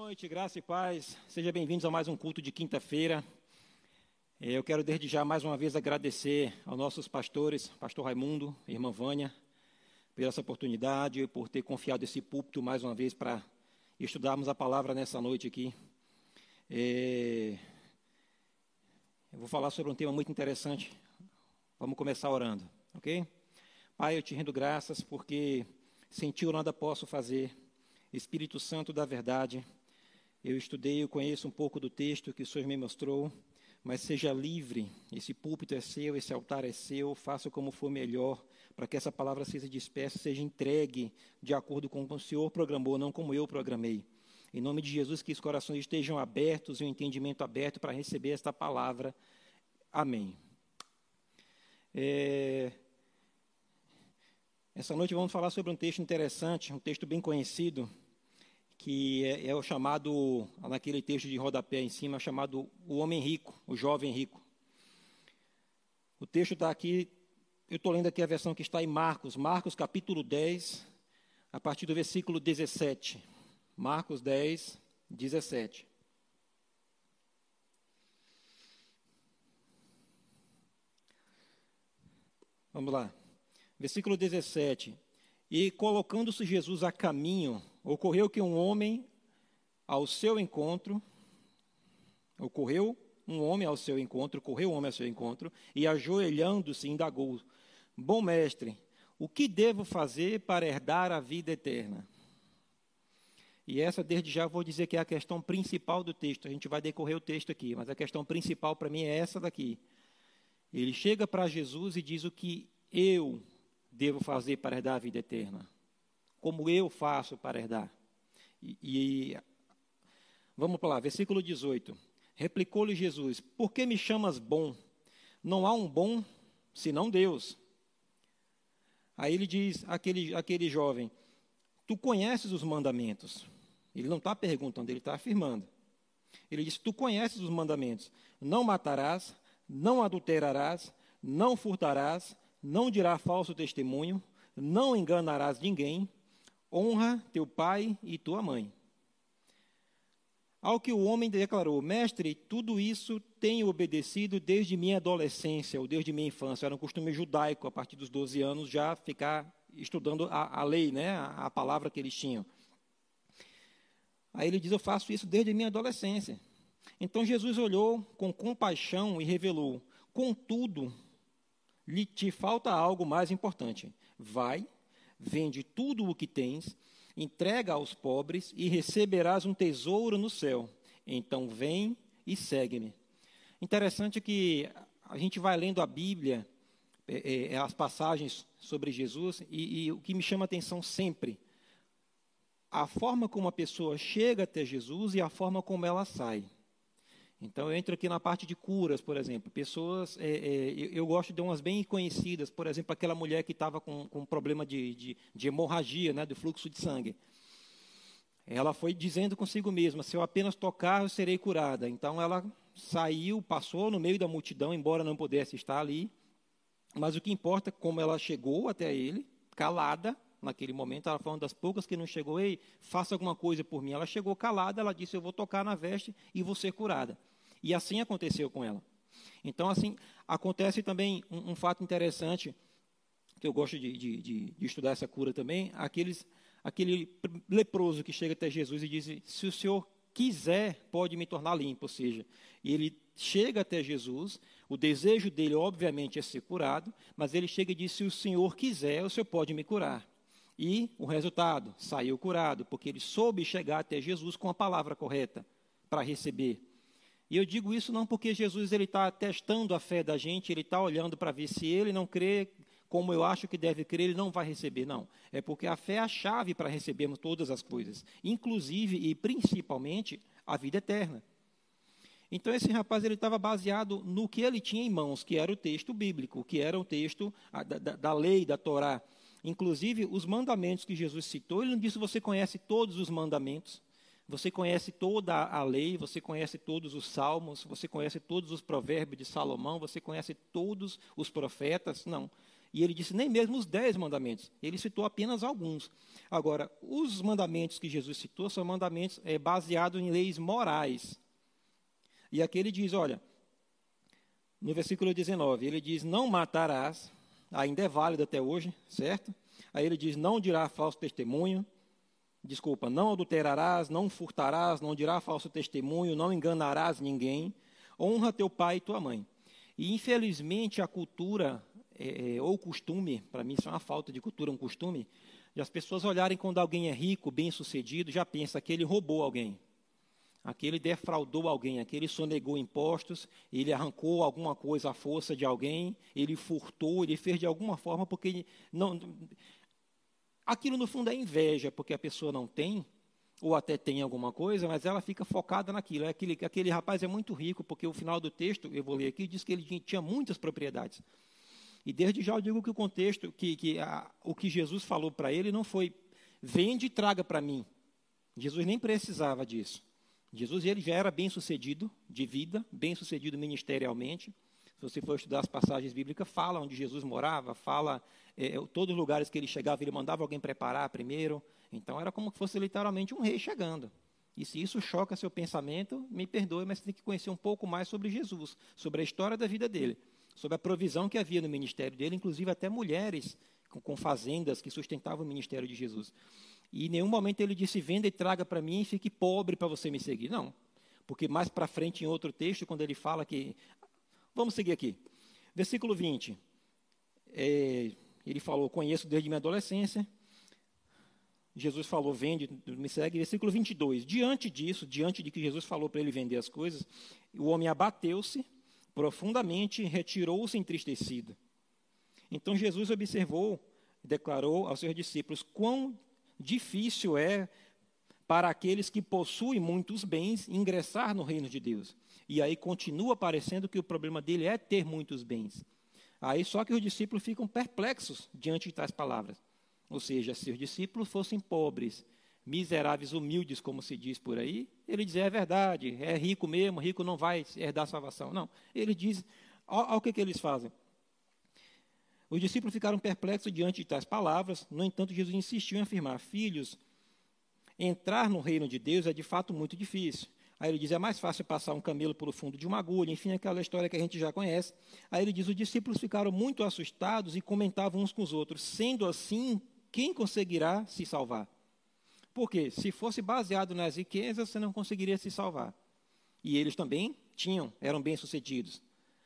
noite, graça e paz. Sejam bem-vindos a mais um culto de quinta-feira. Eu quero desde já mais uma vez agradecer aos nossos pastores, pastor Raimundo e irmã Vânia, por essa oportunidade, por ter confiado esse púlpito mais uma vez para estudarmos a palavra nessa noite aqui. Eu vou falar sobre um tema muito interessante. Vamos começar orando, ok? Pai, eu te rendo graças porque sem ti eu nada posso fazer. Espírito Santo da verdade, eu estudei, eu conheço um pouco do texto que o Senhor me mostrou, mas seja livre, esse púlpito é seu, esse altar é seu, faça como for melhor, para que essa palavra seja dispersa, seja entregue de acordo com o que o Senhor programou, não como eu programei. Em nome de Jesus, que os corações estejam abertos e o entendimento aberto para receber esta palavra. Amém. Essa noite vamos falar sobre um texto interessante, um texto bem conhecido, que é o chamado, naquele texto de rodapé em cima, chamado o homem rico, o jovem rico. O texto está aqui, eu estou lendo aqui a versão que está em Marcos capítulo 10, a partir do versículo 17. Marcos 10, 17. Vamos lá. Versículo 17. E colocando-se Jesus a caminho, ocorreu um homem ao seu encontro, correu um homem ao seu encontro, e ajoelhando-se, indagou: Bom mestre, o que devo fazer para herdar a vida eterna? E essa, desde já, vou dizer que é a questão principal do texto. A gente vai decorrer o texto aqui, mas a questão principal para mim é essa daqui. Ele chega para Jesus e diz o que eu devo fazer para herdar a vida eterna. Como eu faço para herdar. Vamos para lá, versículo 18. Replicou-lhe Jesus: Por que me chamas bom? Não há um bom senão Deus. Aí ele diz, aquele jovem: Tu conheces os mandamentos. Ele não está perguntando, ele está afirmando. Ele diz: Tu conheces os mandamentos. Não matarás, não adulterarás, não furtarás, não dirás falso testemunho, não enganarás ninguém, honra teu pai e tua mãe. Ao que o homem declarou: Mestre, tudo isso tenho obedecido desde minha adolescência, ou desde minha infância. Era um costume judaico, a partir dos 12 anos, já ficar estudando a lei, né, a palavra que eles tinham. Aí ele diz: Eu faço isso desde minha adolescência. Então Jesus olhou com compaixão e revelou: Contudo, te falta algo mais importante. Vai, vende tudo o que tens, entrega aos pobres e receberás um tesouro no céu. Então vem e segue-me. Interessante que a gente vai lendo a Bíblia, as passagens sobre Jesus, e o que me chama a atenção sempre, a forma como a pessoa chega até Jesus e a forma como ela sai. Então, eu entro aqui na parte de curas, por exemplo. Pessoas, eu gosto de umas bem conhecidas, por exemplo, aquela mulher que estava com problema de hemorragia, né, do fluxo de sangue. Ela foi dizendo consigo mesma: se eu apenas tocar, eu serei curada. Então, ela saiu, passou no meio da multidão, embora não pudesse estar ali. Mas o que importa é como ela chegou até ele, calada. Naquele momento, ela foi uma das poucas que não chegou: Ei, faça alguma coisa por mim. Ela chegou calada, ela disse: Eu vou tocar na veste e vou ser curada. E assim aconteceu com ela. Então, assim, acontece também um fato interessante, que eu gosto de estudar essa cura também, aquele leproso que chega até Jesus e diz: Se o Senhor quiser, pode me tornar limpo. Ou seja, ele chega até Jesus, o desejo dele, obviamente, é ser curado, mas ele chega e diz: Se o Senhor quiser, o Senhor pode me curar. E o resultado, saiu curado, porque ele soube chegar até Jesus com a palavra correta para receber. E eu digo isso não porque Jesus está testando a fé da gente, ele está olhando para ver se ele não crê como eu acho que deve crer, ele não vai receber, não. É porque a fé é a chave para recebermos todas as coisas, inclusive e principalmente a vida eterna. Então esse rapaz estava baseado no que ele tinha em mãos, que era o texto bíblico, que era o texto da lei, da Torá. Inclusive, os mandamentos que Jesus citou, ele não disse: você conhece todos os mandamentos, você conhece toda a lei, você conhece todos os salmos, você conhece todos os provérbios de Salomão, você conhece todos os profetas. Não. E ele disse nem mesmo os 10 mandamentos. Ele citou apenas alguns. Agora, os mandamentos que Jesus citou são mandamentos baseados em leis morais. E aqui ele diz, olha, no versículo 19, ele diz, não matarás, ainda é válido até hoje, certo? Aí ele diz, não dirás falso testemunho, não adulterarás, não furtarás, não dirás falso testemunho, não enganarás ninguém, honra teu pai e tua mãe. E, infelizmente, a cultura, ou costume, para mim isso é uma falta de cultura, um costume, de as pessoas olharem quando alguém é rico, bem-sucedido, já pensa que ele roubou alguém, que ele defraudou alguém, que ele sonegou impostos, ele arrancou alguma coisa à força de alguém, ele furtou, ele fez de alguma forma, porque ele não... Aquilo, no fundo, é inveja, porque a pessoa não tem, ou até tem alguma coisa, mas ela fica focada naquilo. Aquele rapaz é muito rico, porque o final do texto, eu vou ler aqui, diz que ele tinha muitas propriedades. E desde já eu digo que o contexto, o que Jesus falou para ele não foi, vende e traga para mim. Jesus nem precisava disso. Jesus ele já era bem-sucedido de vida, bem-sucedido ministerialmente. Se você for estudar as passagens bíblicas, fala onde Jesus morava, fala todos os lugares que ele chegava, ele mandava alguém preparar primeiro. Então, era como se fosse literalmente um rei chegando. E se isso choca seu pensamento, me perdoe, mas você tem que conhecer um pouco mais sobre Jesus, sobre a história da vida dele, sobre a provisão que havia no ministério dele, inclusive até mulheres com fazendas que sustentavam o ministério de Jesus. E em nenhum momento ele disse, venda e traga para mim e fique pobre para você me seguir. Não, porque mais para frente, em outro texto, quando ele fala que... Vamos seguir aqui. Versículo 20. Ele falou, conheço desde minha adolescência. Jesus falou, vende, me segue. Versículo 22. Diante disso, diante de que Jesus falou para ele vender as coisas, o homem abateu-se profundamente, retirou-se entristecido. Então Jesus observou, declarou aos seus discípulos, quão difícil é para aqueles que possuem muitos bens ingressar no reino de Deus. E aí continua parecendo que o problema dele é ter muitos bens. Aí só que os discípulos ficam perplexos diante de tais palavras. Ou seja, se os discípulos fossem pobres, miseráveis, humildes, como se diz por aí, ele diz, é verdade, é rico mesmo, rico não vai herdar salvação. Não, ele diz, olha o que eles fazem. Os discípulos ficaram perplexos diante de tais palavras, no entanto, Jesus insistiu em afirmar, filhos, entrar no reino de Deus é de fato muito difícil. Aí ele diz, é mais fácil passar um camelo pelo fundo de uma agulha, enfim, aquela história que a gente já conhece. Aí ele diz, os discípulos ficaram muito assustados e comentavam uns com os outros, sendo assim, quem conseguirá se salvar? Porque se fosse baseado nas riquezas, você não conseguiria se salvar. E eles também eram bem-sucedidos.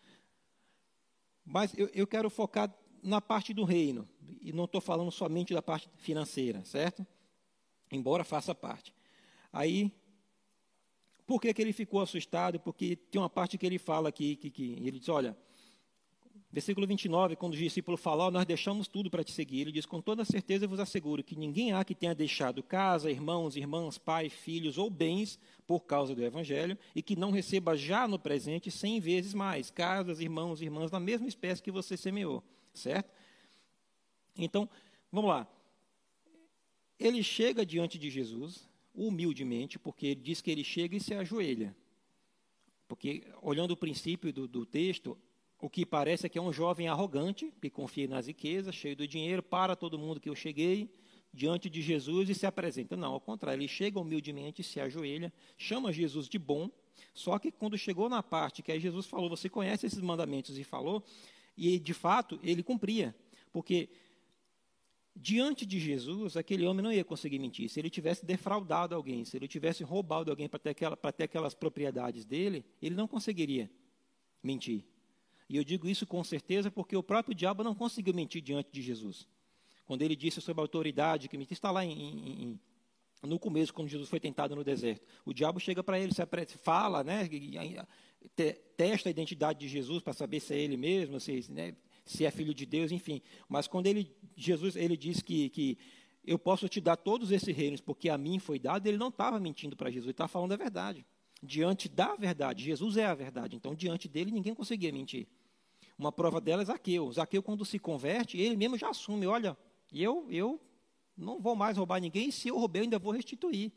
Mas eu quero focar na parte do reino, e não estou falando somente da parte financeira, certo? Embora faça parte. Aí, por que ele ficou assustado? Porque tem uma parte que ele fala aqui, que ele diz, olha, versículo 29, quando o discípulo fala, nós deixamos tudo para te seguir, ele diz, com toda certeza eu vos asseguro que ninguém há que tenha deixado casa, irmãos, irmãs, pai, filhos ou bens por causa do Evangelho e que não receba já no presente 100 vezes mais, casas, irmãos, irmãs, na mesma espécie que você semeou, certo? Então, vamos lá. Ele chega diante de Jesus, humildemente, porque ele diz que ele chega e se ajoelha. Porque, olhando o princípio do texto, o que parece é que é um jovem arrogante, que confia nas riquezas, cheio do dinheiro, para todo mundo que eu cheguei, diante de Jesus e se apresenta. Não, ao contrário, ele chega humildemente, se ajoelha, chama Jesus de bom, só que quando chegou na parte que aí Jesus falou, você conhece esses mandamentos, e falou, e de fato ele cumpria, porque diante de Jesus, aquele homem não ia conseguir mentir. Se ele tivesse defraudado alguém, se ele tivesse roubado alguém para ter aquelas propriedades dele, ele não conseguiria mentir. E eu digo isso com certeza porque o próprio diabo não conseguiu mentir diante de Jesus. Quando ele disse sobre a autoridade, que está lá no começo, quando Jesus foi tentado no deserto. O diabo chega para ele, fala, né, testa a identidade de Jesus para saber se é ele mesmo, se é filho de Deus, enfim. Mas quando Jesus diz que eu posso te dar todos esses reinos porque a mim foi dado, ele não estava mentindo para Jesus, ele estava falando a verdade. Diante da verdade, Jesus é a verdade, então diante dele ninguém conseguia mentir. Uma prova dela é Zaqueu. Zaqueu, quando se converte, ele mesmo já assume, olha, eu não vou mais roubar ninguém, se eu roubei eu ainda vou restituir.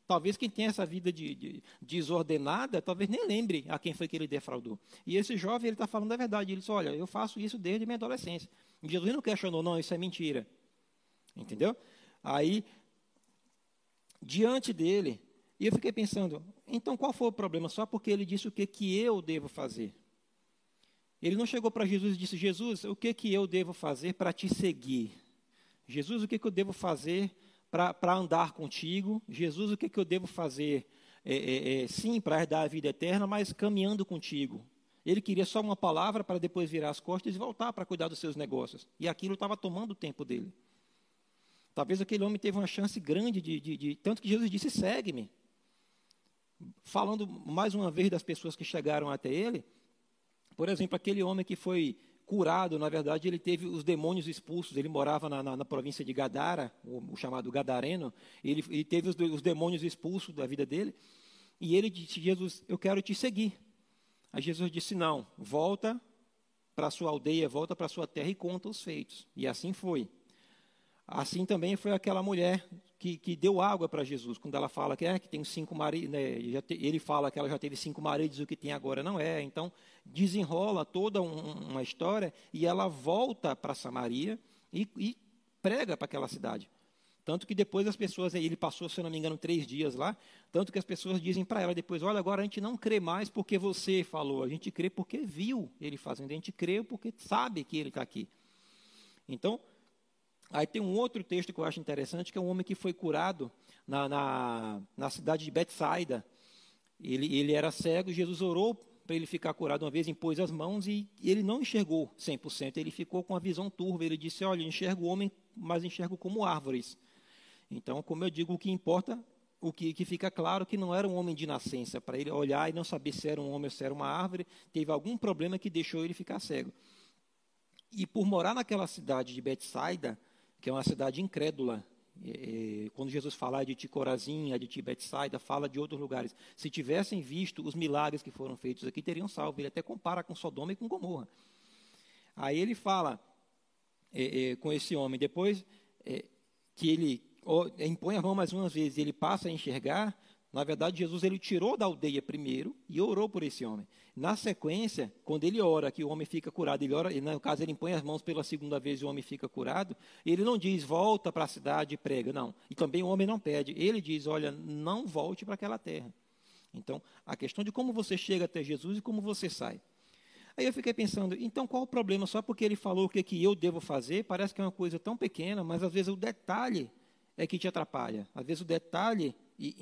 Talvez quem tem essa vida desordenada, talvez nem lembre a quem foi que ele defraudou. E esse jovem, ele está falando a verdade. Ele diz, olha, eu faço isso desde minha adolescência. E Jesus não questionou, não, isso é mentira. Entendeu? Aí, diante dele, e eu fiquei pensando, então qual foi o problema? Só porque ele disse o que eu devo fazer. Ele não chegou para Jesus e disse, Jesus, o que eu devo fazer para te seguir? Jesus, o que eu devo fazer para andar contigo? Jesus, o que eu devo fazer, sim, para herdar a vida eterna, mas caminhando contigo? Ele queria só uma palavra para depois virar as costas e voltar para cuidar dos seus negócios. E aquilo estava tomando o tempo dele. Talvez aquele homem teve uma chance grande tanto que Jesus disse, segue-me. Falando mais uma vez das pessoas que chegaram até ele, por exemplo, aquele homem que foi curado, na verdade, ele teve os demônios expulsos, ele morava na província de Gadara, o chamado Gadareno, ele teve os demônios expulsos da vida dele, e ele disse, Jesus, eu quero te seguir. Aí Jesus disse, não, volta para a sua aldeia, volta para a sua terra e conta os feitos. E assim foi. Assim também foi aquela mulher que deu água para Jesus, quando ela fala que tem 5 maridos, né, ele fala que ela já teve 5 maridos, o que tem agora não é. Então, desenrola toda uma história e ela volta para Samaria e prega para aquela cidade. Tanto que depois as pessoas, ele passou, se eu não me engano, 3 dias lá, tanto que as pessoas dizem para ela depois, olha, agora a gente não crê mais porque você falou, a gente crê porque viu ele fazendo, a gente crê porque sabe que ele está aqui. Então, aí tem um outro texto que eu acho interessante, que é um homem que foi curado na cidade de Betsaida. Ele era cego, Jesus orou para ele ficar curado uma vez, impôs as mãos e ele não enxergou 100%, ele ficou com a visão turva. Ele disse, olha, enxergo o homem, mas enxergo como árvores. Então, como eu digo, o que importa, o que fica claro que não era um homem de nascença, para ele olhar e não saber se era um homem ou se era uma árvore, teve algum problema que deixou ele ficar cego. E por morar naquela cidade de Betsaida, que é uma cidade incrédula, quando Jesus fala de Corazim, de Betsaida, fala de outros lugares. Se tivessem visto os milagres que foram feitos aqui, teriam salvo. Ele até compara com Sodoma e com Gomorra. Aí ele fala com esse homem, depois que ele impõe a mão mais uma vez e ele passa a enxergar, na verdade, Jesus ele tirou da aldeia primeiro e orou por esse homem. Na sequência, quando ele ora, que o homem fica curado, ele ora, no caso ele impõe as mãos pela segunda vez e o homem fica curado, ele não diz, volta para a cidade e prega, não. E também o homem não pede, ele diz, olha, não volte para aquela terra. Então, a questão de como você chega até Jesus e como você sai. Aí eu fiquei pensando, então qual o problema? Só porque ele falou o que eu devo fazer, parece que é uma coisa tão pequena, mas às vezes o detalhe é que te atrapalha. Às vezes o detalhe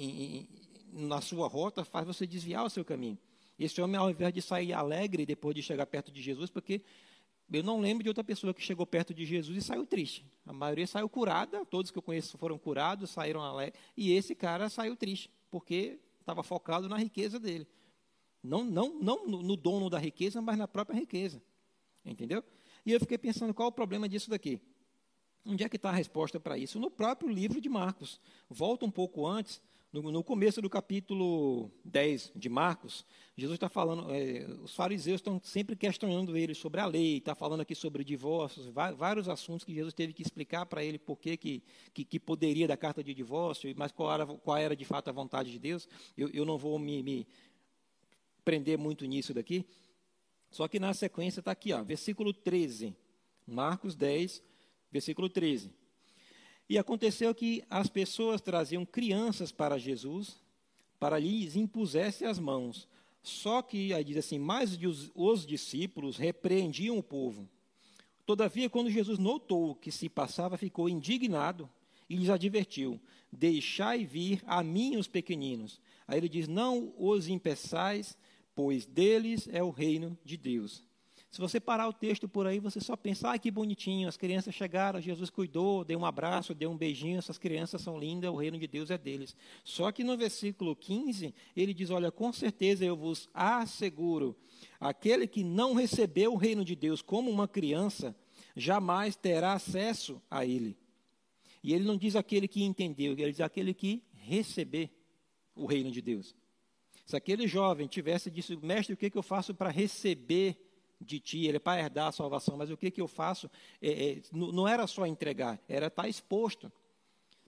na sua rota faz você desviar o seu caminho. Esse homem, ao invés de sair alegre depois de chegar perto de Jesus, porque eu não lembro de outra pessoa que chegou perto de Jesus e saiu triste. A maioria saiu curada, todos que eu conheço foram curados, saíram alegres, e esse cara saiu triste, porque estava focado na riqueza dele. Não no dono da riqueza, mas na própria riqueza. Entendeu? E eu fiquei pensando, qual o problema disso daqui? Onde é que está a resposta para isso? No próprio livro de Marcos. Volta um pouco antes, no começo do capítulo 10 de Marcos, Jesus está falando, os fariseus estão sempre questionando ele sobre a lei, está falando aqui sobre divórcios, vários assuntos que Jesus teve que explicar para ele por que poderia dar carta de divórcio, mas qual era de fato a vontade de Deus. Eu não vou me prender muito nisso daqui, só que na sequência está aqui, versículo 13, Marcos 10, versículo 13. E aconteceu que as pessoas traziam crianças para Jesus, para lhes impusesse as mãos. Só que, aí diz assim, mas os discípulos repreendiam o povo. Todavia, quando Jesus notou o que se passava, ficou indignado e lhes advertiu, deixai vir a mim os pequeninos. Aí ele diz, não os impeçais, pois deles é o reino de Deus. Se você parar o texto por aí, você só pensa, que bonitinho, as crianças chegaram, Jesus cuidou, deu um abraço, deu um beijinho, essas crianças são lindas, o reino de Deus é deles. Só que no versículo 15, ele diz, olha, com certeza eu vos asseguro, aquele que não recebeu o reino de Deus como uma criança, jamais terá acesso a ele. E ele não diz aquele que entendeu, ele diz aquele que receber o reino de Deus. Se aquele jovem tivesse dito, mestre, o que eu faço para receber de ti, ele é para herdar a salvação, mas o que eu faço, não era só entregar, era estar exposto.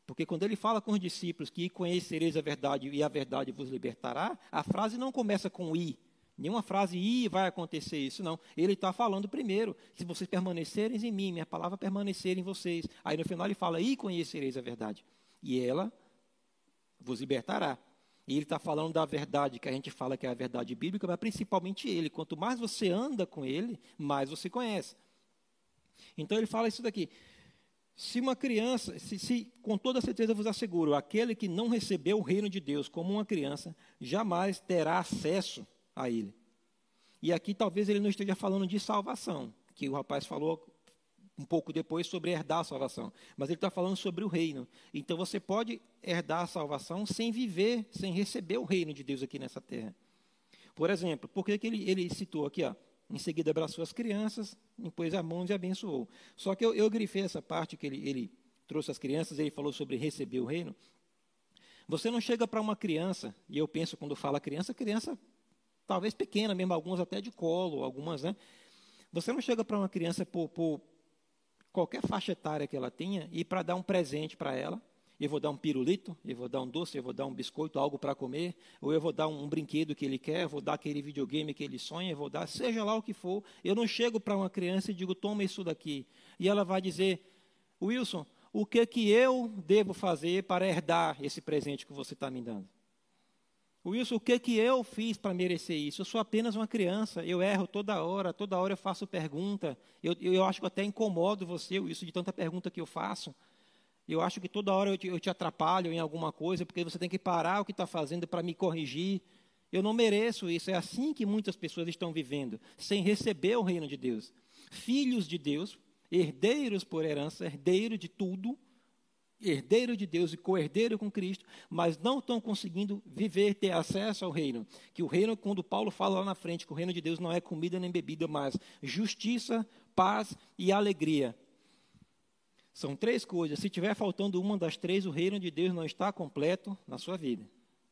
Porque quando ele fala com os discípulos que conhecereis a verdade e a verdade vos libertará, a frase não começa com i. Nenhuma frase, vai acontecer isso, não. Ele está falando primeiro, se vocês permanecerem em mim, minha palavra permanecer em vocês. Aí no final ele fala, e conhecereis a verdade. E ela vos libertará. E ele está falando da verdade, que a gente fala que é a verdade bíblica, mas principalmente ele. Quanto mais você anda com ele, mais você conhece. Então ele fala isso daqui. Se uma criança, com toda certeza vos asseguro, aquele que não recebeu o reino de Deus como uma criança, jamais terá acesso a ele. E aqui talvez ele não esteja falando de salvação, que o rapaz falou um pouco depois sobre herdar a salvação. Mas ele está falando sobre o reino. Então você pode herdar a salvação sem viver, sem receber o reino de Deus aqui nessa terra. Por exemplo, por que ele citou aqui, ó? Em seguida abraçou as crianças, impôs as mãos e abençoou. Só que eu grifei essa parte que ele trouxe as crianças, ele falou sobre receber o reino. Você não chega para uma criança, e eu penso quando fala criança talvez pequena mesmo, algumas até de colo, algumas, né? Você não chega para uma criança por qualquer faixa etária que ela tenha e para dar um presente para ela. Eu vou dar um pirulito, eu vou dar um doce, eu vou dar um biscoito, algo para comer, ou eu vou dar um brinquedo que ele quer, eu vou dar aquele videogame que ele sonha, eu vou dar, seja lá o que for. Eu não chego para uma criança e digo, toma isso daqui. E ela vai dizer, Wilson, o que eu devo fazer para herdar esse presente que você está me dando? Wilson, o que eu fiz para merecer isso? Eu sou apenas uma criança, eu erro toda hora eu faço pergunta. Eu acho que até incomodo você, Wilson, de tanta pergunta que eu faço. Eu acho que toda hora eu te atrapalho em alguma coisa, porque você tem que parar o que está fazendo para me corrigir. Eu não mereço isso. É assim que muitas pessoas estão vivendo, sem receber o reino de Deus. Filhos de Deus, herdeiros por herança, herdeiro de tudo, herdeiro de Deus e co-herdeiro com Cristo, mas não estão conseguindo viver, ter acesso ao reino. Que o reino, quando Paulo fala lá na frente, que o reino de Deus não é comida nem bebida, mas justiça, paz e alegria. São três coisas. Se tiver faltando uma das três, o reino de Deus não está completo na sua vida.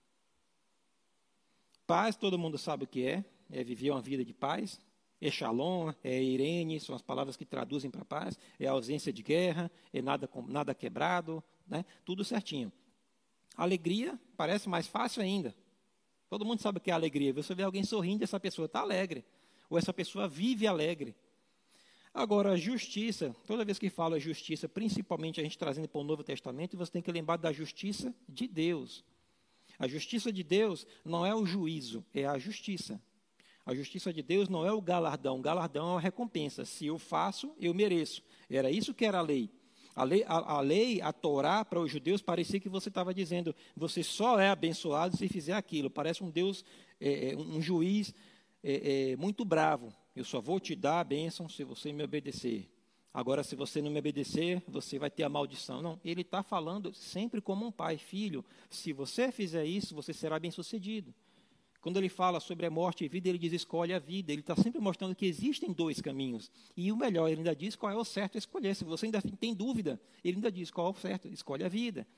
Paz, todo mundo sabe o que é viver uma vida de paz. É shalom, é irene, são as palavras que traduzem para paz. É ausência de guerra, é nada quebrado, né? Tudo certinho. Alegria parece mais fácil ainda. Todo mundo sabe o que é alegria. Você vê alguém sorrindo, essa pessoa está alegre. Ou essa pessoa vive alegre. Agora, a justiça, toda vez que fala justiça, principalmente a gente trazendo para o Novo Testamento, você tem que lembrar da justiça de Deus. A justiça de Deus não é o juízo, é a justiça. A justiça de Deus não é o galardão é uma recompensa. Se eu faço, eu mereço. Era isso que era a lei. A lei, a Torá, para os judeus, parecia que você estava dizendo, você só é abençoado se fizer aquilo. Parece um Deus, um juiz muito bravo. Eu só vou te dar a bênção se você me obedecer. Agora, se você não me obedecer, você vai ter a maldição. Não, ele está falando sempre como um pai, filho. Se você fizer isso, você será bem-sucedido. Quando ele fala sobre a morte e vida, ele diz, escolhe a vida. Ele está sempre mostrando que existem dois caminhos. E o melhor, ele ainda diz qual é o certo a escolher. Se você ainda tem dúvida, ele ainda diz qual é o certo, escolhe a vida.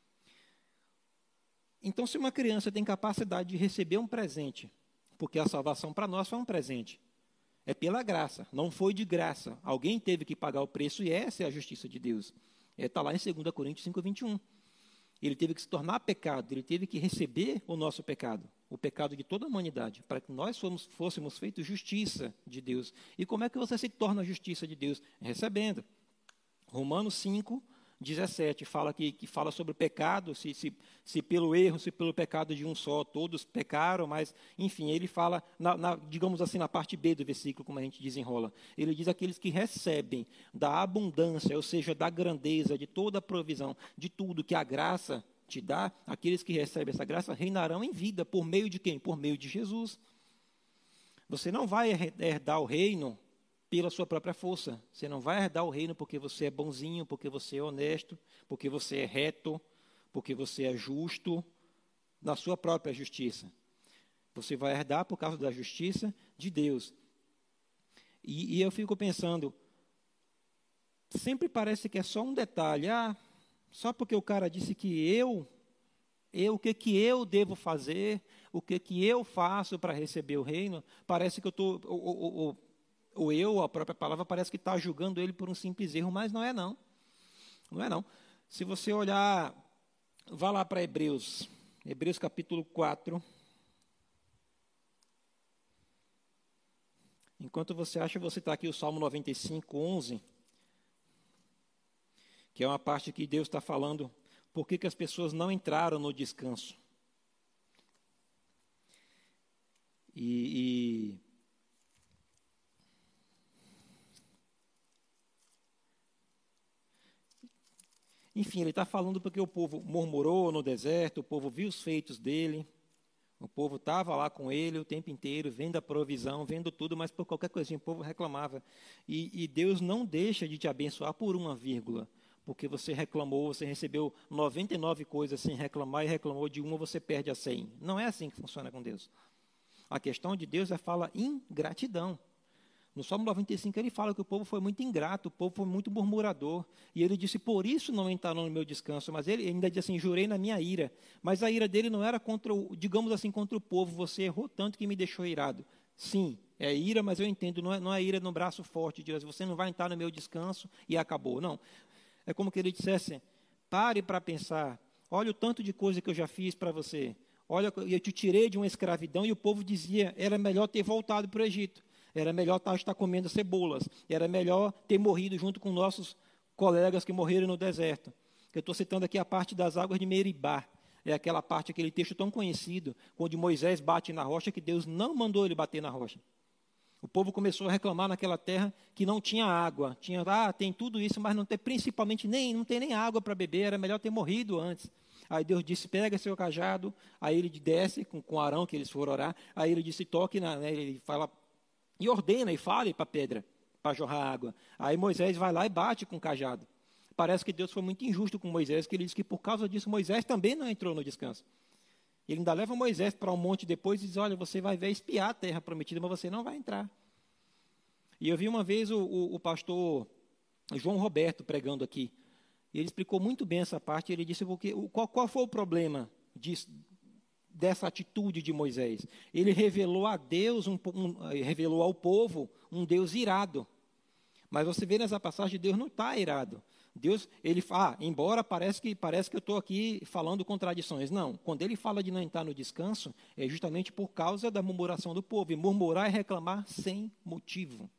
Então, se uma criança tem capacidade de receber um presente, porque a salvação para nós foi um presente, é pela graça, não foi de graça. Alguém teve que pagar o preço e essa é a justiça de Deus. Está lá em 2 Coríntios 5:21. Ele teve que se tornar pecado, ele teve que receber o nosso pecado, o pecado de toda a humanidade, para que nós fôssemos feitos justiça de Deus. E como é que você se torna a justiça de Deus? Recebendo. Romanos 5:17 fala sobre o pecado, se pelo erro, se pelo pecado de um só, todos pecaram, mas, enfim, ele fala, digamos assim, na parte B do versículo, como a gente desenrola. Ele diz aqueles que recebem da abundância, ou seja, da grandeza, de toda a provisão, de tudo que a graça te dá, aqueles que recebem essa graça reinarão em vida, por meio de quem? Por meio de Jesus. Você não vai herdar o reino pela sua própria força. Você não vai herdar o reino porque você é bonzinho, porque você é honesto, porque você é reto, porque você é justo, na sua própria justiça. Você vai herdar por causa da justiça de Deus. E eu fico pensando, sempre parece que é só um detalhe. Só porque o cara disse que o que eu devo fazer, o que eu faço para receber o reino, parece que eu estou... a própria palavra, parece que está julgando ele por um simples erro, mas não é não. Não é não. Se você olhar, vá lá para Hebreus, Hebreus capítulo 4. Enquanto você acha, você está aqui o Salmo 95, 11, que é uma parte que Deus está falando por que as pessoas não entraram no descanso. Enfim, ele está falando porque o povo murmurou no deserto, o povo viu os feitos dele, o povo estava lá com ele o tempo inteiro, vendo a provisão, vendo tudo, mas por qualquer coisinha o povo reclamava. E Deus não deixa de te abençoar por uma vírgula, porque você reclamou, você recebeu 99 coisas sem reclamar e reclamou de uma, você perde a 100. Não é assim que funciona com Deus. A questão de Deus é fala ingratidão. No Salmo 95 ele fala que o povo foi muito ingrato, o povo foi muito murmurador. E ele disse, por isso não entraram no meu descanso. Mas ele ainda diz assim, jurei na minha ira. Mas a ira dele não era contra digamos assim, contra o povo. Você errou tanto que me deixou irado. Sim, é ira, mas eu entendo, não é ira no braço forte. De você não vai entrar no meu descanso e acabou. Não. É como que ele dissesse, pare para pensar. Olha o tanto de coisa que eu já fiz para você. Olha, eu te tirei de uma escravidão e o povo dizia, era melhor ter voltado para o Egito. Era melhor estar comendo cebolas. Era melhor ter morrido junto com nossos colegas que morreram no deserto. Eu estou citando aqui a parte das águas de Meribá. É aquela parte, aquele texto tão conhecido, onde Moisés bate na rocha, que Deus não mandou ele bater na rocha. O povo começou a reclamar naquela terra que não tinha água. Tem tudo isso, mas não tem, principalmente não tem nem água para beber. Era melhor ter morrido antes. Aí Deus disse, pega seu cajado. Aí ele desce com Arão, que eles foram orar. Aí ele disse, toque, ele fala... E ordena e fale para a pedra, para jorrar água. Aí Moisés vai lá e bate com o cajado. Parece que Deus foi muito injusto com Moisés, que ele disse que por causa disso Moisés também não entrou no descanso. Ele ainda leva Moisés para um monte depois e diz, olha, você vai ver espiar a terra prometida, mas você não vai entrar. E eu vi uma vez o pastor João Roberto pregando aqui. Ele explicou muito bem essa parte. Ele disse, qual foi o problema dessa atitude de Moisés? Ele revelou a Deus, revelou ao povo um Deus irado. Mas você vê nessa passagem, Deus não está irado. Deus, ele fala, embora parece que eu estou aqui falando contradições. Não, quando ele fala de não entrar no descanso, é justamente por causa da murmuração do povo. E murmurar é reclamar sem motivo.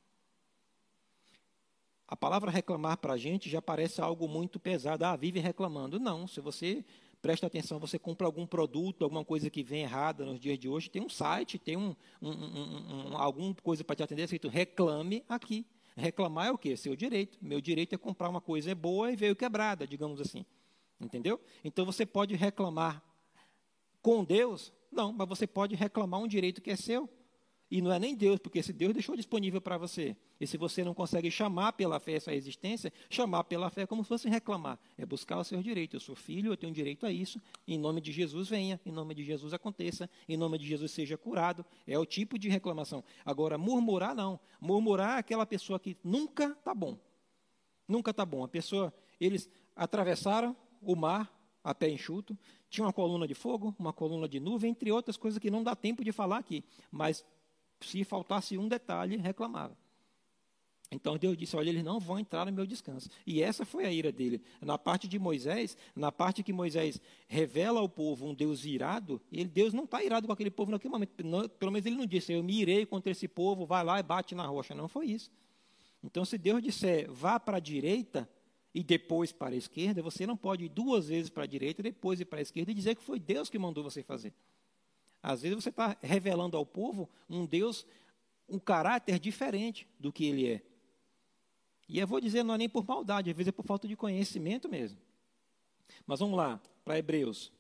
A palavra reclamar para a gente já parece algo muito pesado. Vive reclamando. Não, se você... Presta atenção, você compra algum produto, alguma coisa que vem errada nos dias de hoje, tem um site, tem alguma coisa para te atender, escrito reclame aqui. Reclamar é o quê? Seu direito. Meu direito é comprar uma coisa boa e veio quebrada, digamos assim. Entendeu? Então você pode reclamar com Deus? Não, mas você pode reclamar um direito que é seu. E não é nem Deus, porque esse Deus deixou disponível para você. E se você não consegue chamar pela fé essa existência, chamar pela fé é como se fosse reclamar. É buscar o seu direito. Eu sou filho, eu tenho direito a isso. Em nome de Jesus venha, em nome de Jesus aconteça, em nome de Jesus seja curado. É o tipo de reclamação. Agora, murmurar não. Murmurar é aquela pessoa que nunca está bom. Nunca está bom. Eles atravessaram o mar a pé enxuto, tinha uma coluna de fogo, uma coluna de nuvem, entre outras coisas que não dá tempo de falar aqui. Mas se faltasse um detalhe, reclamava. Então Deus disse, olha, eles não vão entrar no meu descanso. E essa foi a ira dele. Na parte de Moisés, na parte que Moisés revela ao povo um Deus irado, Deus não está irado com aquele povo naquele momento. Pelo menos ele não disse, eu me irei contra esse povo, vai lá e bate na rocha. Não foi isso. Então se Deus disser, vá para a direita e depois para a esquerda, você não pode ir 2 vezes para a direita e depois ir para a esquerda e dizer que foi Deus que mandou você fazer. Às vezes você está revelando ao povo um Deus, um caráter diferente do que ele é. E eu vou dizer, não é nem por maldade, às vezes é por falta de conhecimento mesmo. Mas vamos lá, para Hebreus,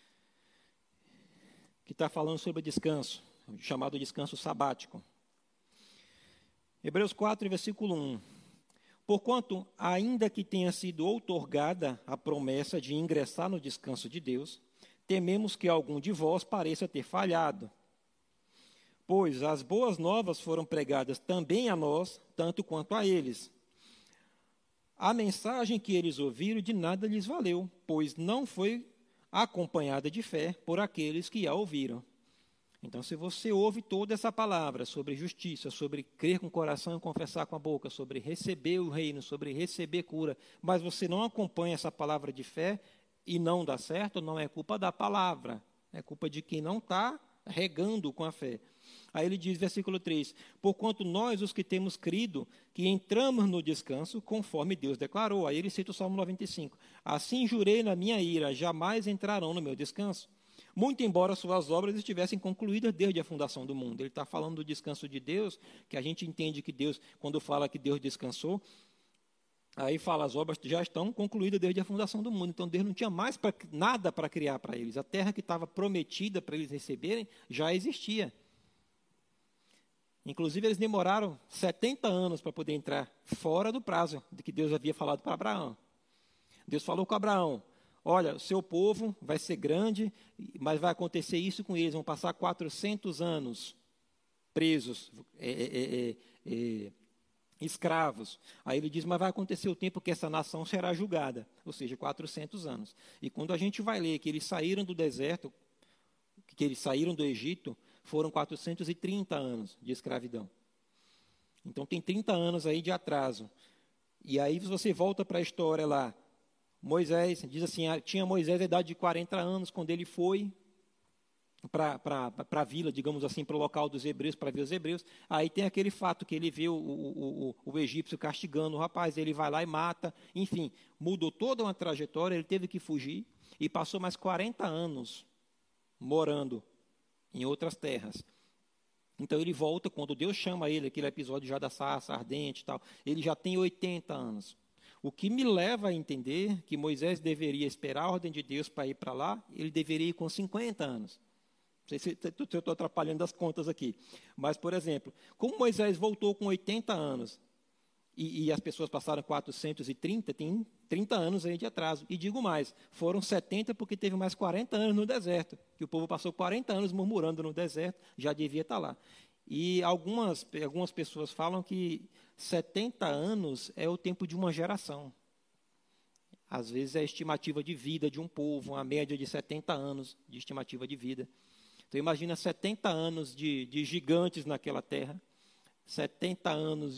que está falando sobre descanso, chamado descanso sabático. Hebreus 4, versículo 1. Porquanto, ainda que tenha sido outorgada a promessa de ingressar no descanso de Deus, tememos que algum de vós pareça ter falhado. Pois as boas novas foram pregadas também a nós, tanto quanto a eles. A mensagem que eles ouviram de nada lhes valeu, pois não foi acompanhada de fé por aqueles que a ouviram. Então, se você ouve toda essa palavra sobre justiça, sobre crer com o coração e confessar com a boca, sobre receber o reino, sobre receber cura, mas você não acompanha essa palavra de fé e não dá certo, não é culpa da palavra, é culpa de quem não está regando com a fé. Aí ele diz, versículo 3, porquanto nós, os que temos crido, que entramos no descanso, conforme Deus declarou. Aí ele cita o Salmo 95. Assim jurei na minha ira, jamais entrarão no meu descanso. Muito embora suas obras estivessem concluídas desde a fundação do mundo. Ele está falando do descanso de Deus, que a gente entende que Deus, quando fala que Deus descansou, aí fala, as obras já estão concluídas desde a fundação do mundo. Então Deus não tinha mais nada para criar para eles. A terra que estava prometida para eles receberem já existia. Inclusive, eles demoraram 70 anos para poder entrar fora do prazo de que Deus havia falado para Abraão. Deus falou com Abraão, olha, o seu povo vai ser grande, mas vai acontecer isso com eles, vão passar 400 anos presos, escravos. Aí ele diz, mas vai acontecer o tempo que essa nação será julgada, ou seja, 400 anos. E quando a gente vai ler que eles saíram do deserto, que eles saíram do Egito, foram 430 anos de escravidão. Então tem 30 anos aí de atraso. E aí você volta para a história lá, Moisés, diz assim, tinha Moisés a idade de 40 anos quando ele foi para a vila, digamos assim, para o local dos hebreus, para ver os hebreus. Aí tem aquele fato que ele vê o egípcio castigando o rapaz, ele vai lá e mata. Enfim, mudou toda uma trajetória, ele teve que fugir e passou mais 40 anos morando em outras terras. Então ele volta, quando Deus chama ele, aquele episódio já da sarça ardente e tal, ele já tem 80 anos. O que me leva a entender que Moisés deveria esperar a ordem de Deus para ir para lá, ele deveria ir com 50 anos. Não sei se eu estou atrapalhando as contas aqui. Mas, por exemplo, como Moisés voltou com 80 anos, e as pessoas passaram 430, tem 30 anos aí de atraso. E digo mais, foram 70 porque teve mais 40 anos no deserto, que o povo passou 40 anos murmurando no deserto, já devia estar lá. E algumas pessoas falam que 70 anos é o tempo de uma geração. Às vezes é a estimativa de vida de um povo, uma média de 70 anos de estimativa de vida. Então imagina 70 anos de gigantes naquela terra, 70 anos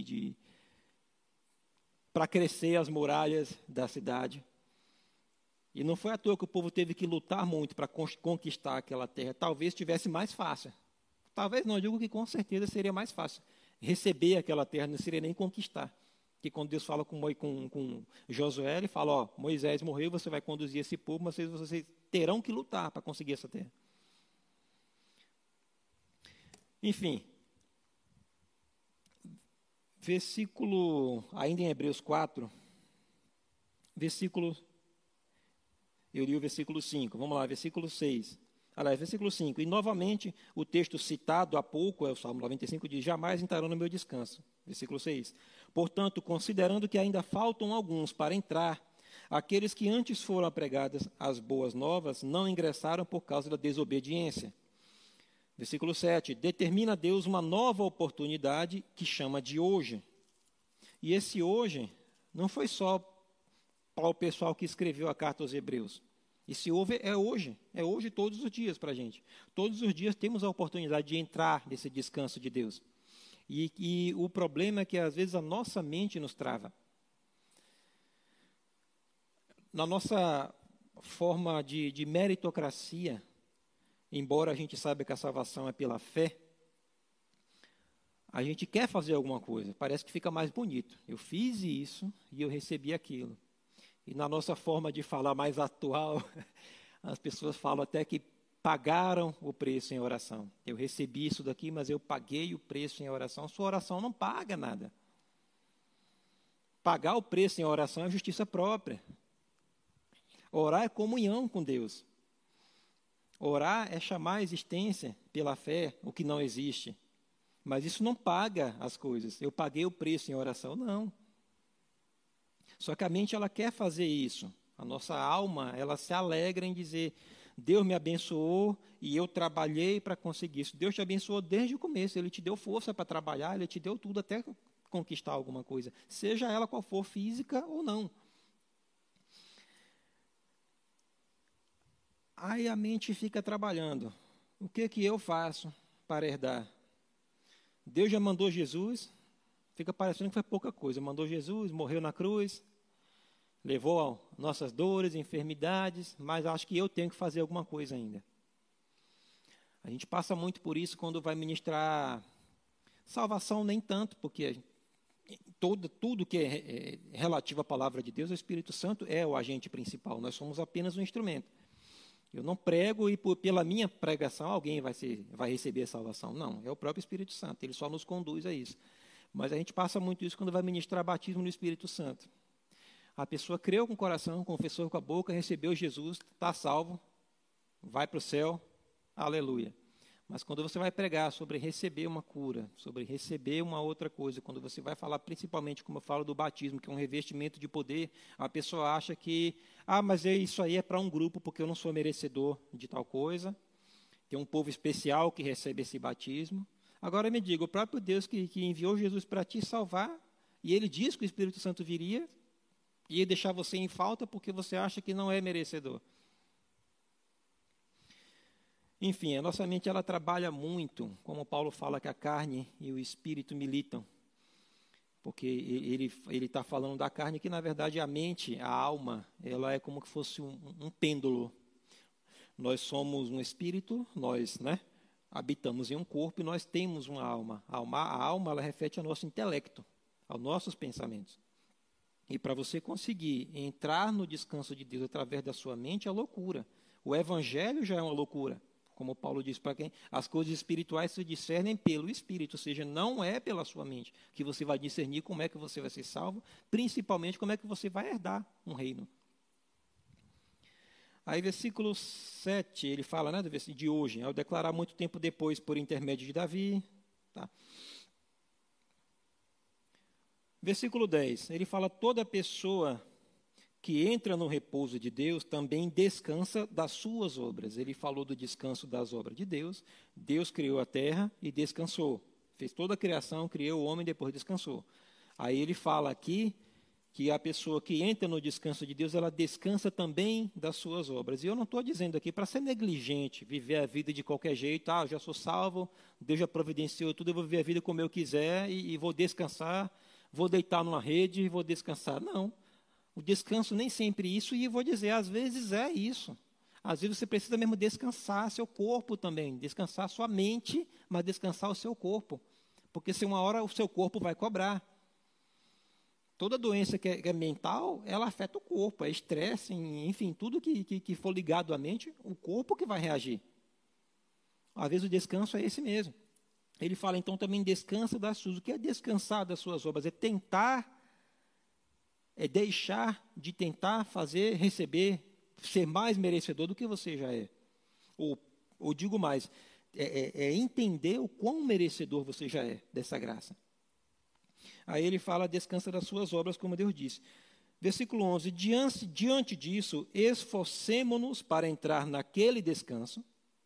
para crescer as muralhas da cidade. E não foi à toa que o povo teve que lutar muito para conquistar aquela terra. Talvez tivesse mais fácil. Talvez não, eu digo que com certeza seria mais fácil. Receber aquela terra não seria nem conquistar. Porque quando Deus fala com Josué, ele fala, ó, Moisés morreu, você vai conduzir esse povo, mas vocês terão que lutar para conseguir essa terra. Enfim, versículo, ainda em Hebreus 4, eu li o versículo 5, vamos lá, versículo 6. Aliás, versículo 5, e novamente o texto citado há pouco, é o Salmo 95, diz, jamais entrarão no meu descanso. Versículo 6, portanto, considerando que ainda faltam alguns para entrar, aqueles que antes foram pregadas as boas novas não ingressaram por causa da desobediência. Versículo 7, determina Deus uma nova oportunidade que chama de hoje. E esse hoje não foi só para o pessoal que escreveu a carta aos Hebreus. Esse hoje é hoje todos os dias para a gente. Todos os dias temos a oportunidade de entrar nesse descanso de Deus. E o problema é que às vezes a nossa mente nos trava. Na nossa forma de meritocracia, embora a gente saiba que a salvação é pela fé, a gente quer fazer alguma coisa, parece que fica mais bonito. Eu fiz isso e eu recebi aquilo. E na nossa forma de falar mais atual, as pessoas falam até que pagaram o preço em oração. Eu recebi isso daqui, mas eu paguei o preço em oração. Sua oração não paga nada. Pagar o preço em oração é justiça própria. Orar é comunhão com Deus. Orar é chamar a existência pela fé o que não existe. Mas isso não paga as coisas. Eu paguei o preço em oração, não. Só que a mente, ela quer fazer isso. A nossa alma, ela se alegra em dizer, Deus me abençoou e eu trabalhei para conseguir isso. Deus te abençoou desde o começo. Ele te deu força para trabalhar, Ele te deu tudo até conquistar alguma coisa. Seja ela qual for, física ou não. Aí a mente fica trabalhando. O que eu faço para herdar? Deus já mandou Jesus, fica parecendo que foi pouca coisa. Mandou Jesus, morreu na cruz, levou nossas dores, enfermidades, mas acho que eu tenho que fazer alguma coisa ainda. A gente passa muito por isso quando vai ministrar salvação, nem tanto, porque tudo que é relativo à palavra de Deus, o Espírito Santo é o agente principal, nós somos apenas um instrumento. Eu não prego e pela minha pregação alguém vai receber a salvação. Não, é o próprio Espírito Santo, ele só nos conduz a isso. Mas a gente passa muito isso quando vai ministrar batismo no Espírito Santo. A pessoa creu com o coração, confessou com a boca, recebeu Jesus, está salvo, vai para o céu, aleluia. Mas quando você vai pregar sobre receber uma cura, sobre receber uma outra coisa, quando você vai falar principalmente, como eu falo do batismo, que é um revestimento de poder, a pessoa acha que, mas isso aí é para um grupo, porque eu não sou merecedor de tal coisa. Tem um povo especial que recebe esse batismo. Agora me diga, o próprio Deus que enviou Jesus para te salvar, e ele diz que o Espírito Santo viria, e ia deixar você em falta porque você acha que não é merecedor. Enfim, a nossa mente ela trabalha muito, como Paulo fala que a carne e o espírito militam, porque ele está falando da carne que na verdade a mente, a alma, ela é como que fosse um pêndulo. Nós somos um espírito, nós habitamos em um corpo e nós temos uma alma. A alma ela reflete ao nosso intelecto, aos nossos pensamentos. E para você conseguir entrar no descanso de Deus através da sua mente é loucura. O evangelho já é uma loucura. Como Paulo diz para quem as coisas espirituais se discernem pelo Espírito, ou seja, não é pela sua mente que você vai discernir como é que você vai ser salvo, principalmente como é que você vai herdar um reino. Aí, versículo 7, ele fala, de hoje, ao declarar muito tempo depois por intermédio de Davi. Tá? Versículo 10, ele fala, toda pessoa que entra no repouso de Deus também descansa das suas obras. Ele falou do descanso das obras de Deus. Deus criou a terra e descansou. Fez toda a criação, criou o homem e depois descansou. Aí ele fala aqui que a pessoa que entra no descanso de Deus, ela descansa também das suas obras. E eu não estou dizendo aqui para ser negligente, viver a vida de qualquer jeito. Eu já sou salvo, Deus já providenciou tudo, eu vou viver a vida como eu quiser e vou descansar, vou deitar numa rede e vou descansar. Não. O descanso nem sempre é isso, e eu vou dizer, às vezes é isso. Às vezes você precisa mesmo descansar seu corpo também, descansar sua mente, mas descansar o seu corpo. Porque se uma hora o seu corpo vai cobrar. Toda doença que é mental, ela afeta o corpo, é estresse, enfim, tudo que for ligado à mente, o corpo que vai reagir. Às vezes o descanso é esse mesmo. Ele fala, então, também descansa das suas. O que é descansar das suas obras? É tentar, é deixar de tentar fazer, receber, ser mais merecedor do que você já é. Ou digo mais, é entender o quão merecedor você já é dessa graça. Aí ele fala, descansa das suas obras, como Deus disse. Versículo 11, diante disso, esforcemo-nos para entrar naquele descanso.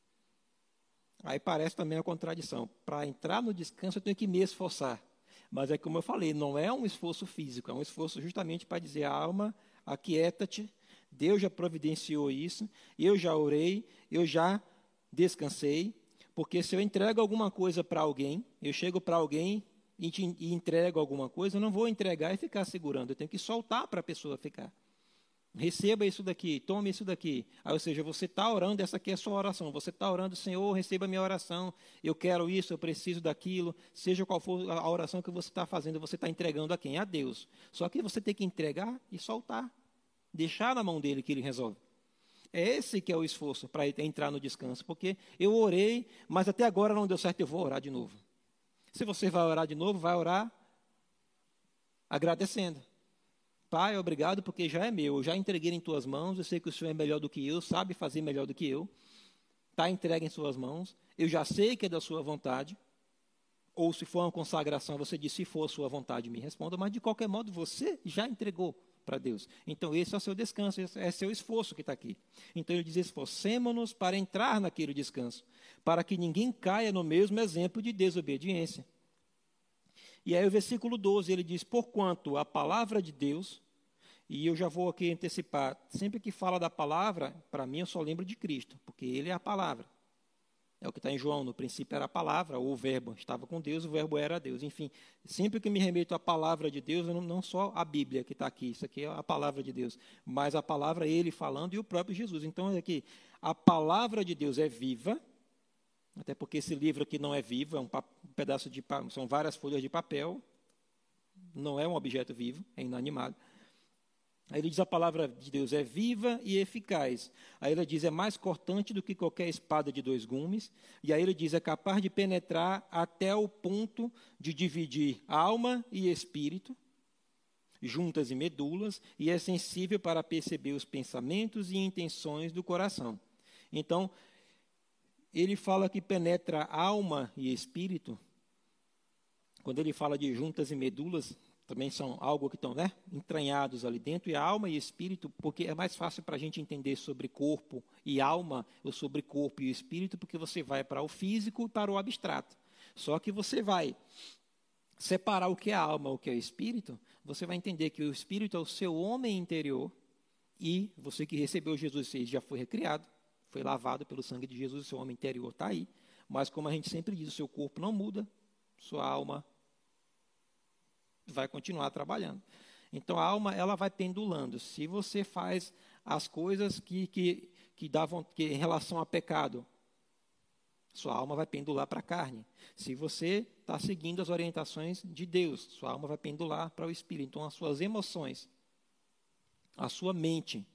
Aí parece também a contradição. Para entrar no descanso, eu tenho que me esforçar. Mas é como eu falei, não é um esforço físico, é um esforço justamente para dizer, alma, aquieta-te, Deus já providenciou isso, eu já orei, eu já descansei, porque se eu entrego alguma coisa para alguém, eu chego para alguém e entrego alguma coisa, eu não vou entregar e ficar segurando, eu tenho que soltar para a pessoa ficar. Receba isso daqui, tome isso daqui. Ou seja, você está orando, essa aqui é a sua oração. Você está orando, Senhor, receba a minha oração. Eu quero isso, eu preciso daquilo. Seja qual for a oração que você está fazendo, você está entregando a quem? A Deus. Só que você tem que entregar e soltar. Deixar na mão dele que ele resolve. É esse que é o esforço para entrar no descanso. Porque eu orei, mas até agora não deu certo, eu vou orar de novo. Se você vai orar de novo, vai orar agradecendo. Pai, obrigado porque já é meu, eu já entreguei em tuas mãos, eu sei que o Senhor é melhor do que eu, sabe fazer melhor do que eu, está entregue em suas mãos, eu já sei que é da sua vontade, ou se for uma consagração, você diz, se for a sua vontade, me responda, mas de qualquer modo você já entregou para Deus. Então esse é o seu descanso, esse é o seu esforço que está aqui. Então ele diz, esforcemo-nos para entrar naquele descanso, para que ninguém caia no mesmo exemplo de desobediência. E aí o versículo 12, ele diz, porquanto a palavra de Deus, e eu já vou aqui antecipar, sempre que fala da palavra, para mim eu só lembro de Cristo, porque ele é a palavra. É o que está em João, no princípio era a palavra, ou o verbo, estava com Deus, o verbo era Deus. Enfim, sempre que me remeto à palavra de Deus, não só a Bíblia que está aqui, isso aqui é a palavra de Deus, mas a palavra ele falando e o próprio Jesus. Então, é aqui, a palavra de Deus é viva, até porque esse livro aqui não é vivo, é um pedaço de, são várias folhas de papel, não é um objeto vivo, é inanimado. Aí ele diz a palavra de Deus é viva e eficaz. Aí ele diz é mais cortante do que qualquer espada de 2 gumes. E aí ele diz é capaz de penetrar até o ponto de dividir alma e espírito, juntas e medulas, e é sensível para perceber os pensamentos e intenções do coração. Então, ele fala que penetra alma e espírito. Quando ele fala de juntas e medulas, também são algo que estão, né, entranhados ali dentro, e a alma e espírito, porque é mais fácil para a gente entender sobre corpo e alma, ou sobre corpo e espírito, porque você vai para o físico e para o abstrato. Só que você vai separar o que é a alma, o que é o espírito, você vai entender que o espírito é o seu homem interior, e você que recebeu Jesus, você já foi recriado, foi lavado pelo sangue de Jesus, o seu homem interior está aí, mas como a gente sempre diz, o seu corpo não muda, sua alma vai continuar trabalhando. Então, a alma ela vai pendulando. Se você faz as coisas que davam que em relação a pecado, sua alma vai pendular para a carne. Se você está seguindo as orientações de Deus, sua alma vai pendular para o espírito. Então, as suas emoções, a sua mente,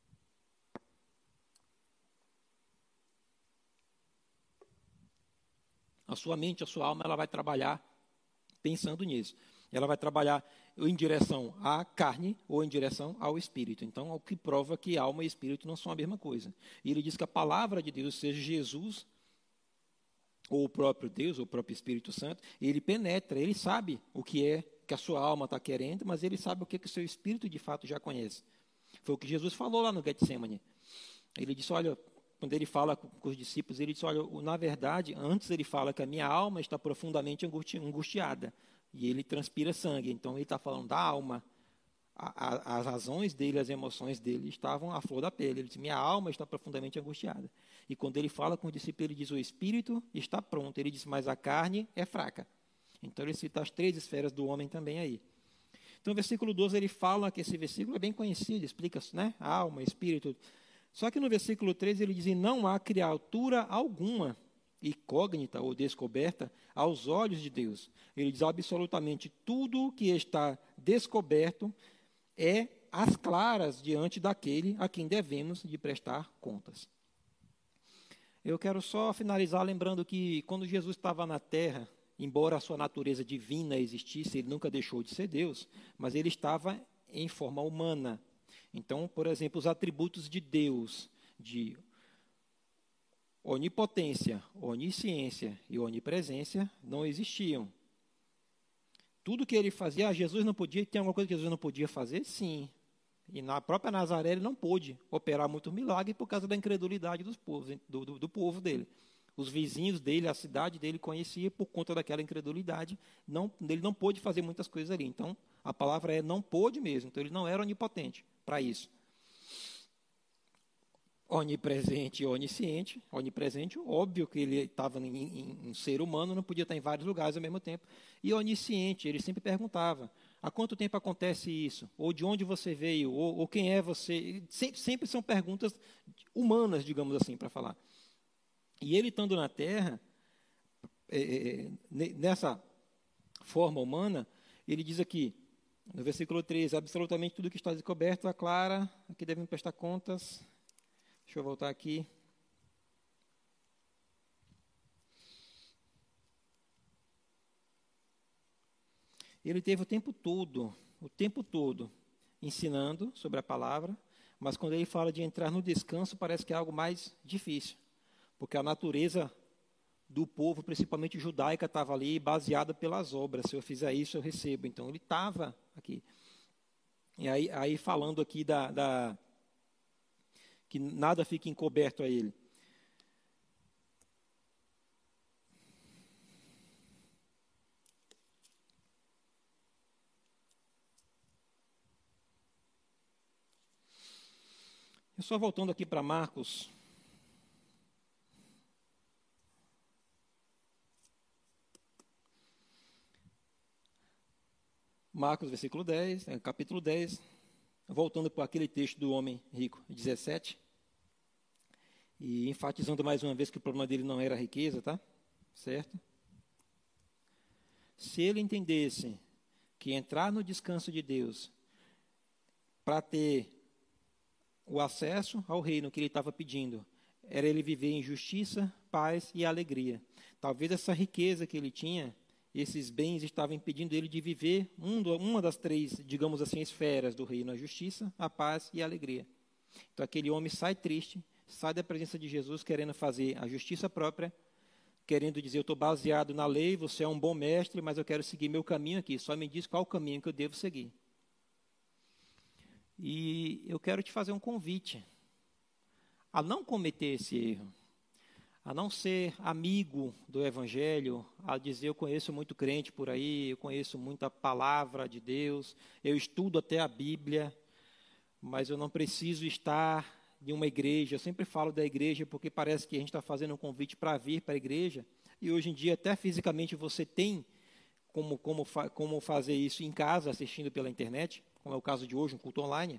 a sua alma, ela vai trabalhar pensando nisso. Ela vai trabalhar em direção à carne ou em direção ao espírito. Então, o que prova que alma e espírito não são a mesma coisa. E ele diz que a palavra de Deus, seja Jesus, ou o próprio Deus, ou o próprio Espírito Santo, ele penetra, ele sabe o que é que a sua alma está querendo, mas ele sabe o que o seu espírito de fato já conhece. Foi o que Jesus falou lá no Getsemane. Ele disse, olha, quando ele fala com os discípulos, ele disse, olha, na verdade, antes ele fala que a minha alma está profundamente angustiada. E ele transpira sangue. Então, ele está falando da alma. As razões dele, as emoções dele estavam à flor da pele. Ele diz, minha alma está profundamente angustiada. E quando ele fala com o discípulo, ele diz, o espírito está pronto. Ele diz, mas a carne é fraca. Então, ele cita as 3 esferas do homem também aí. Então, no versículo 12, ele fala que esse versículo é bem conhecido, explica, né? Alma, espírito. Só que no versículo 13, ele diz, não há criatura alguma incógnita ou descoberta aos olhos de Deus. Ele diz absolutamente tudo que está descoberto é às claras diante daquele a quem devemos de prestar contas. Eu quero só finalizar lembrando que quando Jesus estava na terra, embora a sua natureza divina existisse, ele nunca deixou de ser Deus, mas ele estava em forma humana. Então, por exemplo, os atributos de Deus, de onipotência, onisciência e onipresença não existiam. Tudo que ele fazia, Jesus não podia, tem alguma coisa que Jesus não podia fazer? Sim. E na própria Nazaré ele não pôde operar muito milagre por causa da incredulidade dos povos, do povo dele. Os vizinhos dele, a cidade dele conhecia por conta daquela incredulidade, ele não pôde fazer muitas coisas ali. Então, a palavra é não pôde mesmo, então ele não era onipotente para isso. Onipresente e onisciente. Onipresente, óbvio que ele estava em um ser humano, não podia estar em vários lugares ao mesmo tempo. E onisciente, ele sempre perguntava, há quanto tempo acontece isso? Ou de onde você veio? Ou quem é você? Sempre são perguntas humanas, digamos assim, para falar. E ele estando na Terra, nessa forma humana, ele diz aqui, no versículo 13, absolutamente tudo que está descoberto, aclara, aqui devem prestar contas. Deixa eu voltar aqui. Ele teve o tempo todo, ensinando sobre a palavra, mas quando ele fala de entrar no descanso, parece que é algo mais difícil, porque a natureza do povo, principalmente judaica, estava ali baseada pelas obras. Se eu fizer isso, eu recebo. Então, ele estava aqui. E aí falando aqui que nada fique encoberto a ele. Só voltando aqui para Marcos. Marcos, versículo 10, capítulo 10, voltando para aquele texto do homem rico, 17, e enfatizando mais uma vez que o problema dele não era a riqueza, tá? Certo? Se ele entendesse que entrar no descanso de Deus para ter o acesso ao reino que ele estava pedindo, era ele viver em justiça, paz e alegria. Talvez essa riqueza que ele tinha, esses bens estavam impedindo ele de viver uma das três, digamos assim, esferas do reino, a justiça, a paz e a alegria. Então aquele homem sai triste, sai da presença de Jesus querendo fazer a justiça própria, querendo dizer, eu estou baseado na lei, você é um bom mestre, mas eu quero seguir meu caminho aqui, só me diz qual o caminho que eu devo seguir. E eu quero te fazer um convite a não cometer esse erro, a não ser amigo do Evangelho, a dizer, eu conheço muito crente por aí, eu conheço muita palavra de Deus, eu estudo até a Bíblia, mas eu não preciso estar em uma igreja. Eu sempre falo da igreja porque parece que a gente está fazendo um convite para vir para a igreja, e hoje em dia até fisicamente você tem como fazer isso em casa, assistindo pela internet, como é o caso de hoje, um culto online.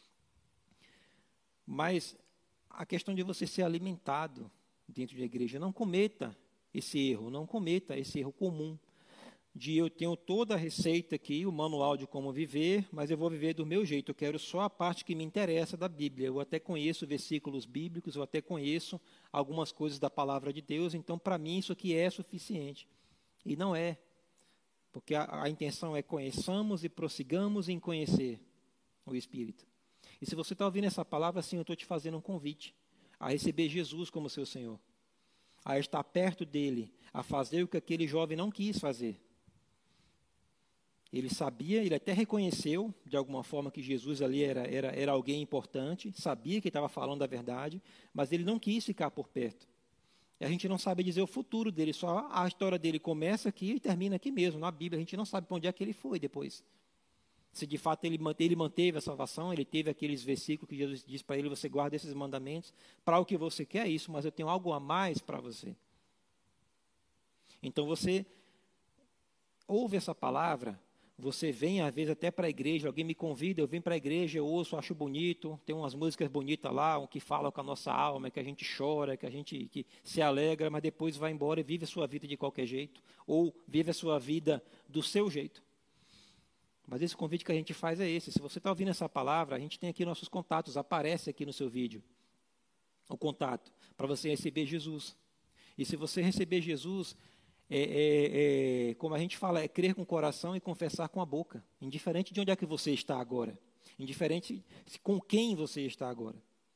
Mas a questão de você ser alimentado dentro da igreja, não cometa esse erro comum, de eu tenho toda a receita aqui, o manual de como viver, mas eu vou viver do meu jeito, eu quero só a parte que me interessa da Bíblia, eu até conheço versículos bíblicos, eu até conheço algumas coisas da palavra de Deus, então para mim isso aqui é suficiente. E não é, porque a intenção é conheçamos e prossigamos em conhecer o Espírito. E se você está ouvindo essa palavra, assim, eu estou te fazendo um convite a receber Jesus como seu Senhor, a estar perto dele, a fazer o que aquele jovem não quis fazer. Ele sabia, ele até reconheceu, de alguma forma, que Jesus ali era alguém importante, sabia que estava falando a verdade, mas ele não quis ficar por perto. E a gente não sabe dizer o futuro dele, só a história dele começa aqui e termina aqui mesmo, na Bíblia. A gente não sabe para onde é que ele foi depois. Se de fato ele manteve a salvação, ele teve aqueles versículos que Jesus diz para ele, você guarda esses mandamentos, para o que você quer isso, mas eu tenho algo a mais para você. Então você ouve essa palavra, você vem às vezes até para a igreja, alguém me convida, eu venho para a igreja, eu ouço, acho bonito, tem umas músicas bonitas lá, que falam com a nossa alma, que a gente chora, que a gente que se alegra, mas depois vai embora e vive a sua vida de qualquer jeito, ou vive a sua vida do seu jeito. Mas esse convite que a gente faz é esse. Se você está ouvindo essa palavra, a gente tem aqui nossos contatos, aparece aqui no seu vídeo o contato, para você receber Jesus. E se você receber Jesus, como a gente fala, é crer com o coração e confessar com a boca, indiferente de onde é que você está agora, indiferente com quem você está agora.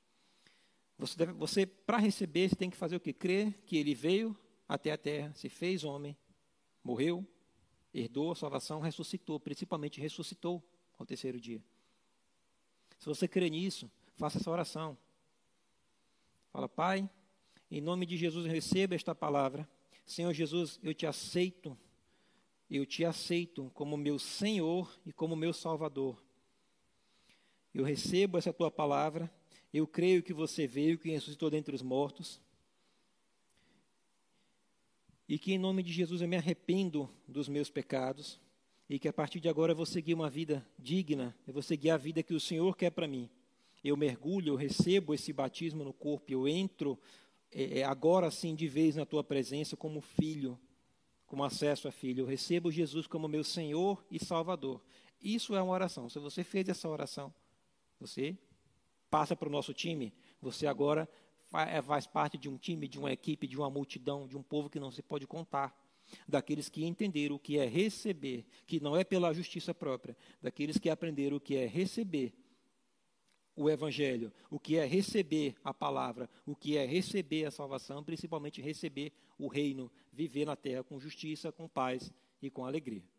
Você para receber, você tem que fazer o quê? Crer que ele veio até a terra, se fez homem, morreu, herdou a salvação, ressuscitou, principalmente ressuscitou ao terceiro dia. Se você crê nisso, faça essa oração. Fala, Pai, em nome de Jesus, eu recebo esta palavra. Senhor Jesus, eu te aceito como meu Senhor e como meu Salvador. Eu recebo essa tua palavra, eu creio que você veio, que ressuscitou dentre os mortos, e que em nome de Jesus eu me arrependo dos meus pecados, e que a partir de agora eu vou seguir uma vida digna, eu vou seguir a vida que o Senhor quer para mim. Eu mergulho, eu recebo esse batismo no corpo, eu entro agora sim de vez na tua presença como filho, como acesso a filho. Eu recebo Jesus como meu Senhor e Salvador. Isso é uma oração. Se você fez essa oração, você passa para o nosso time, você agora faz parte de um time, de uma equipe, de uma multidão, de um povo que não se pode contar, daqueles que entenderam o que é receber, que não é pela justiça própria, daqueles que aprenderam o que é receber o Evangelho, o que é receber a palavra, o que é receber a salvação, principalmente receber o reino, viver na terra com justiça, com paz e com alegria.